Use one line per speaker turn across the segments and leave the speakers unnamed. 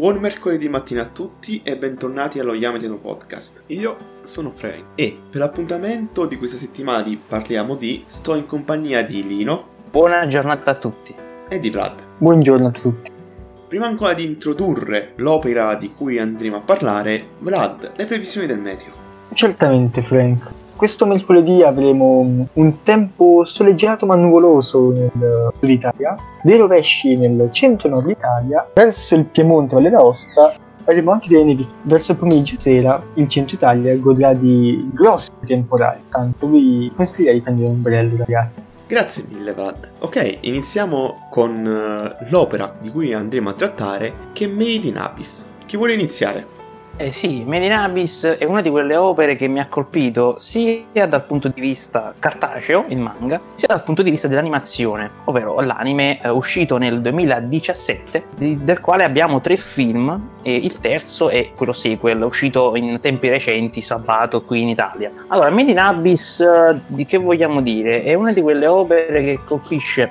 Buon mercoledì mattina a tutti e bentornati allo Yameteno Podcast. Io sono Frank e per l'appuntamento di questa settimana di Parliamo di sto in compagnia di Lino.
Buona giornata a tutti.
E di Vlad.
Buongiorno a tutti.
Prima ancora di introdurre l'opera di cui andremo a parlare, Vlad, le previsioni del meteo.
Certamente Frank. Questo mercoledì avremo un tempo soleggiato ma nuvoloso nel sud Italia, dei rovesci nel centro-nord Italia, verso il Piemonte e Valle d'Aosta avremo anche delle nevi. Verso il pomeriggio sera il centro Italia godrà di grossi temporali, tanto vi consiglierei di prendere un ombrello, ragazzi.
Grazie mille Vlad. Ok, iniziamo con l'opera di cui andremo a trattare, che è Made in Abyss. Chi vuole iniziare?
Sì, Made in Abyss è una di quelle opere che mi ha colpito sia dal punto di vista cartaceo, il manga, sia dal punto di vista dell'animazione, ovvero l'anime uscito nel 2017, del quale abbiamo 3 film e il terzo è quello sequel, uscito in tempi recenti, sabato, qui in Italia. Allora, Made in Abyss, di che vogliamo dire? È una di quelle opere che colpisce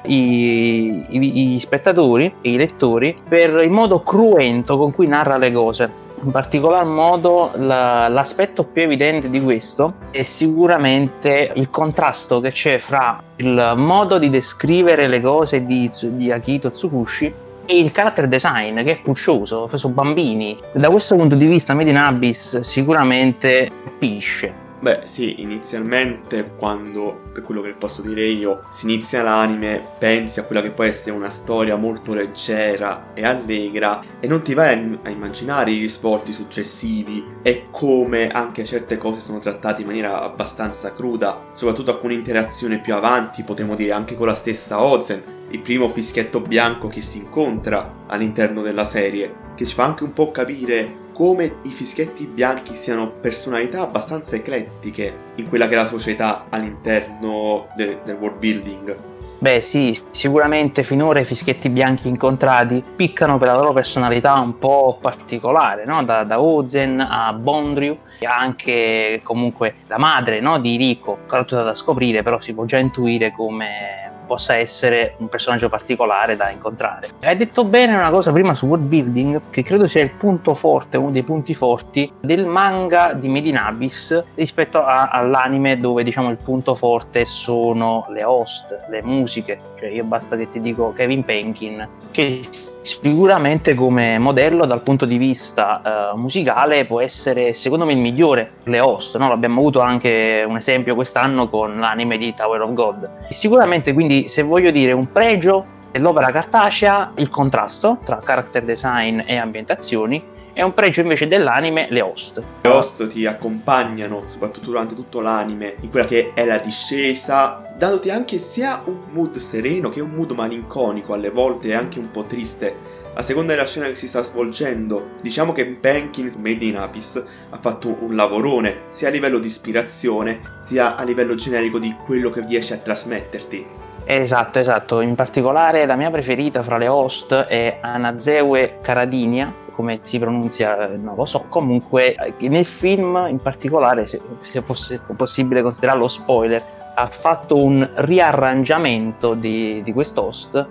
i spettatori e i lettori per il modo cruento con cui narra le cose. In particolar modo l'aspetto più evidente di questo è sicuramente il contrasto che c'è fra il modo di descrivere le cose di Akito Tsukushi e il character design, che è puccioso, sono bambini. Da questo punto di vista Made in Abyss sicuramente colpisce.
Beh sì, inizialmente quando, per quello che posso dire io, si inizia l'anime, pensi a quella che può essere una storia molto leggera e allegra e non ti vai a immaginare i risvolti successivi e come anche certe cose sono trattate in maniera abbastanza cruda, soprattutto alcune interazioni più avanti, potremmo dire anche con la stessa Ozen, il primo fischietto bianco che si incontra all'interno della serie, che ci fa anche un po' capire come i fischietti bianchi siano personalità abbastanza eclettiche in quella che è la società all'interno del world building.
Beh sì, sicuramente finora i fischietti bianchi incontrati piccano per la loro personalità un po' particolare, no? Da Ozen a Bondryu, e anche comunque la madre, no? Di Riko, ancora tutta da scoprire, però si può già intuire come possa essere un personaggio particolare da incontrare. Hai detto bene una cosa prima su world building, che credo sia il punto forte, uno dei punti forti del manga di Made in Abyss rispetto all'anime, dove diciamo il punto forte sono le host, le musiche. Cioè io basta che ti dico Kevin Penkin, che sicuramente come modello dal punto di vista musicale può essere secondo me il migliore. Le host, no? L'abbiamo avuto anche un esempio quest'anno con l'anime di Tower of God. E sicuramente, quindi, se voglio dire un pregio dell'opera cartacea, il contrasto tra character design e ambientazioni, è un pregio invece dell'anime le host.
Le host ti accompagnano soprattutto durante tutto l'anime in quella che è la discesa, dandoti anche sia un mood sereno che un mood malinconico, alle volte anche un po' triste a seconda della scena che si sta svolgendo. Diciamo che Penkin Made in Abyss ha fatto un lavorone sia a livello di ispirazione sia a livello generico di quello che riesce a trasmetterti.
Esatto, in particolare la mia preferita fra le host è Anazeue Karadinia, come si pronuncia non lo so, comunque nel film in particolare, se è possibile considerarlo spoiler, ha fatto un riarrangiamento di quest'host,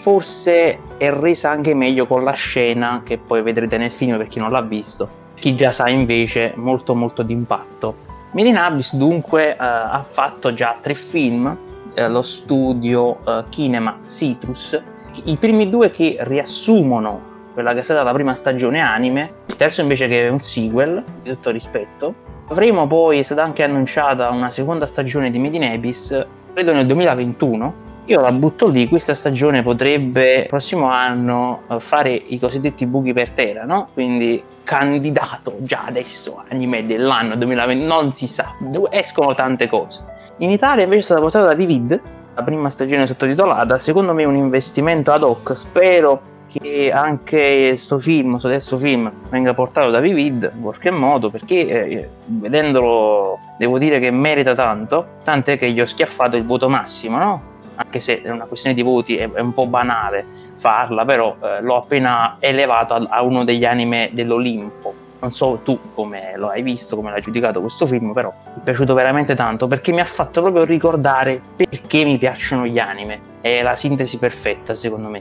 forse è resa anche meglio con la scena che poi vedrete nel film per chi non l'ha visto, chi già sa invece molto molto d'impatto. Made in Abyss dunque ha fatto già 3 film, lo studio Kinema Citrus, i primi 2 che riassumono quella che è stata la prima stagione anime, il terzo invece che è un sequel, di tutto rispetto. Avremo poi, è stata anche annunciata una seconda stagione di Made in Abyss, credo nel 2021. Io la butto lì, questa stagione potrebbe il prossimo anno fare i cosiddetti buchi per terra, no? Quindi candidato già adesso anime dell'anno 2020, non si sa, escono tante cose. In Italia invece è stata portata da Vivid, la prima stagione sottotitolata, secondo me è un investimento ad hoc, spero che anche sto stesso film venga portato da Vivid in qualche modo, perché vedendolo devo dire che merita tanto, tant'è che gli ho schiaffato il voto massimo, no? Anche se è una questione di voti, è un po' banale farla, però l'ho appena elevato a uno degli anime dell'Olimpo. Non so tu come lo hai visto, come l'hai giudicato questo film, però mi è piaciuto veramente tanto perché mi ha fatto proprio ricordare perché mi piacciono gli anime. È la sintesi perfetta, secondo me.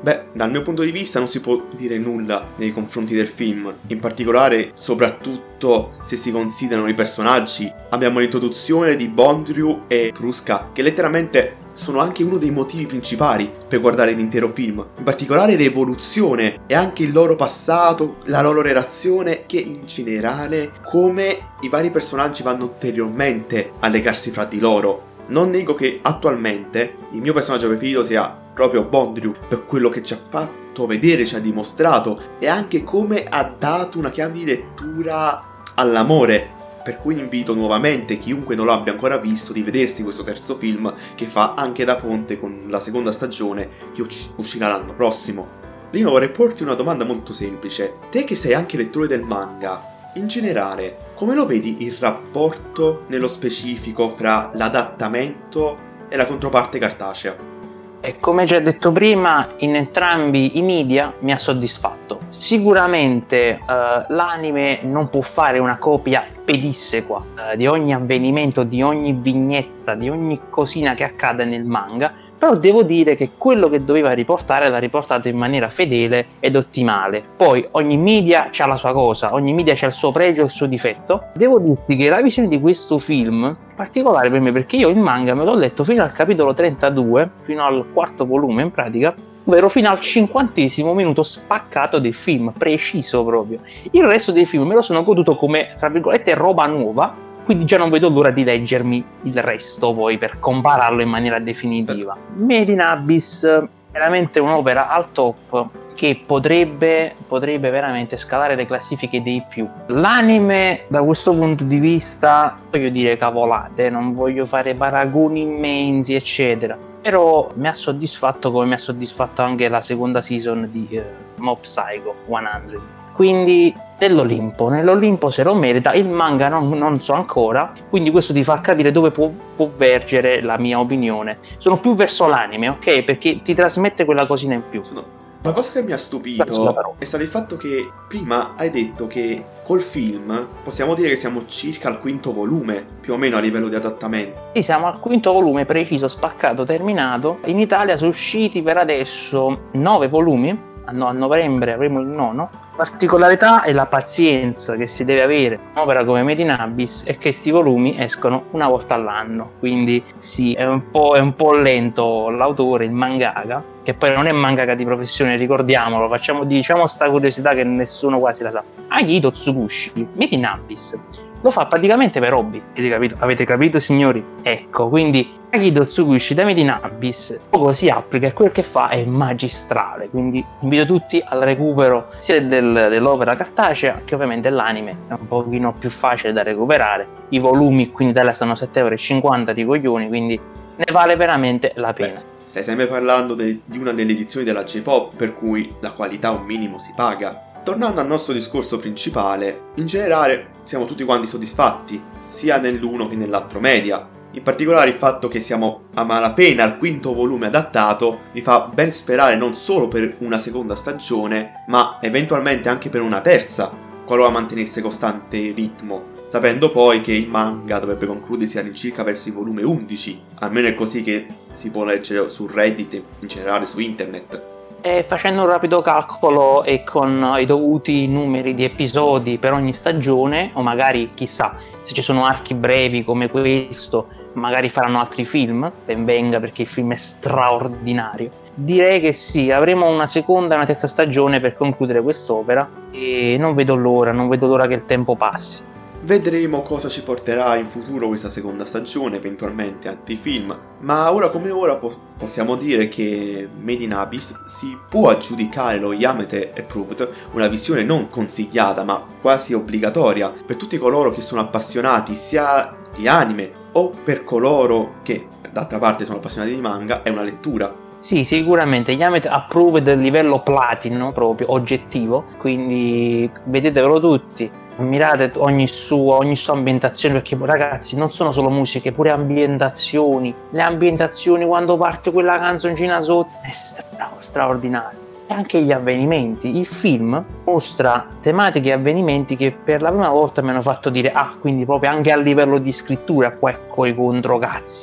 Beh, dal mio punto di vista non si può dire nulla nei confronti del film, in particolare, soprattutto se si considerano i personaggi. Abbiamo l'introduzione di Bondryu e Pruska, che letteralmente sono anche uno dei motivi principali per guardare l'intero film, in particolare l'evoluzione e anche il loro passato, la loro relazione, che in generale come i vari personaggi vanno ulteriormente a legarsi fra di loro. Non nego che attualmente il mio personaggio preferito sia proprio Bondryu, per quello che ci ha fatto vedere, ci ha dimostrato e anche come ha dato una chiave di lettura all'amore. Per cui invito nuovamente chiunque non l'abbia ancora visto di vedersi questo terzo film, che fa anche da ponte con la seconda stagione che uscirà l'anno prossimo. Lino, vorrei porti una domanda molto semplice. Te che sei anche lettore del manga, in generale, come lo vedi il rapporto nello specifico fra l'adattamento e la controparte cartacea?
E come già detto prima, in entrambi i media mi ha soddisfatto. Sicuramente l'anime non può fare una copia pedissequa di ogni avvenimento, di ogni vignetta, di ogni cosina che accade nel manga, però devo dire che quello che doveva riportare l'ha riportato in maniera fedele ed ottimale. Poi ogni media c'ha la sua cosa, ogni media c'ha il suo pregio e il suo difetto. Devo dirti che la visione di questo film è particolare per me, perché io il manga me l'ho letto fino al capitolo 32, fino al quarto volume in pratica, ovvero fino al 50° minuto spaccato del film, preciso proprio. Il resto del film me lo sono goduto come, tra virgolette, roba nuova, quindi già non vedo l'ora di leggermi il resto poi per compararlo in maniera definitiva. Made in Abyss è veramente un'opera al top che potrebbe veramente scalare le classifiche dei più. L'anime da questo punto di vista, voglio dire cavolate, non voglio fare paragoni immensi eccetera, però mi ha soddisfatto come mi ha soddisfatto anche la seconda season di Mob Psycho 100. Quindi nell'Olimpo se lo merita. Il manga non so ancora, quindi questo ti fa capire dove può vergere la mia opinione. Sono più verso l'anime, ok? Perché ti trasmette quella cosina in più.
Una cosa che mi ha stupito è stato il fatto che prima hai detto che col film possiamo dire che siamo circa al 5° volume, più o meno a livello di adattamento.
Sì, siamo al 5° volume preciso, spaccato, terminato. In Italia sono usciti per adesso 9 volumi. A novembre avremo il 9. Particolarità è la pazienza che si deve avere. Un'opera come Made in Abyss è che questi volumi escono una volta all'anno, quindi sì, è un po' lento l'autore, il mangaka, che poi non è mangaka di professione, ricordiamolo, diciamo sta curiosità che nessuno quasi la sa. Akihito Tsukushi, Made in Abyss, lo fa praticamente per hobby. Avete capito signori? Ecco, quindi Akihito Tsukushi da Made in Abyss poco si applica e quel che fa è magistrale, quindi invito tutti al recupero sia dell'opera cartacea che ovviamente l'anime, è un pochino più facile da recuperare. I volumi qui in Italia stanno a 7,50 € di coglioni, quindi ne vale veramente la pena.
Stai sempre parlando di una delle edizioni della J-Pop, per cui la qualità un minimo si paga. Tornando al nostro discorso principale, in generale siamo tutti quanti soddisfatti, sia nell'uno che nell'altro media. In particolare il fatto che siamo a malapena al 5° volume adattato mi fa ben sperare non solo per una seconda stagione, ma eventualmente anche per una terza, qualora mantenesse costante il ritmo, sapendo poi che il manga dovrebbe concludersi all'incirca verso il volume 11, almeno è così che si può leggere su Reddit e in generale su internet.
E facendo un rapido calcolo e con i dovuti numeri di episodi per ogni stagione, o magari chissà se ci sono archi brevi come questo, magari faranno altri film, ben venga, perché il film è straordinario. Direi che sì, avremo una seconda e una terza stagione per concludere quest'opera e non vedo l'ora che il tempo passi.
Vedremo cosa ci porterà in futuro questa seconda stagione, eventualmente altri film, ma ora come ora possiamo dire che Made in Abyss si può aggiudicare lo Yamete Approved, una visione non consigliata ma quasi obbligatoria per tutti coloro che sono appassionati sia di anime o per coloro che d'altra parte sono appassionati di manga. È una lettura.
Sì, sicuramente Yamete Approved livello platino, proprio oggettivo, quindi vedetevelo tutti. Ammirate ogni sua ambientazione, perché ragazzi non sono solo musiche, pure ambientazioni. Le ambientazioni quando parte quella canzoncina sotto è straordinario. E anche gli avvenimenti. Il film mostra tematiche e avvenimenti che per la prima volta mi hanno fatto dire quindi proprio anche a livello di scrittura qua ecco i controcazzi.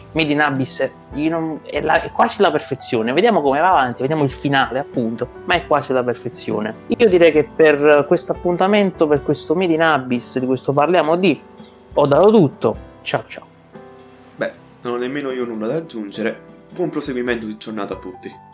Made in Abyss è quasi la perfezione. Vediamo come va avanti, vediamo il finale appunto, ma è quasi la perfezione. Io direi che per questo appuntamento, per questo Made in Abyss di questo parliamo di, ho dato tutto. Ciao ciao.
Beh, non ho nemmeno io nulla da aggiungere. Buon proseguimento di giornata a tutti.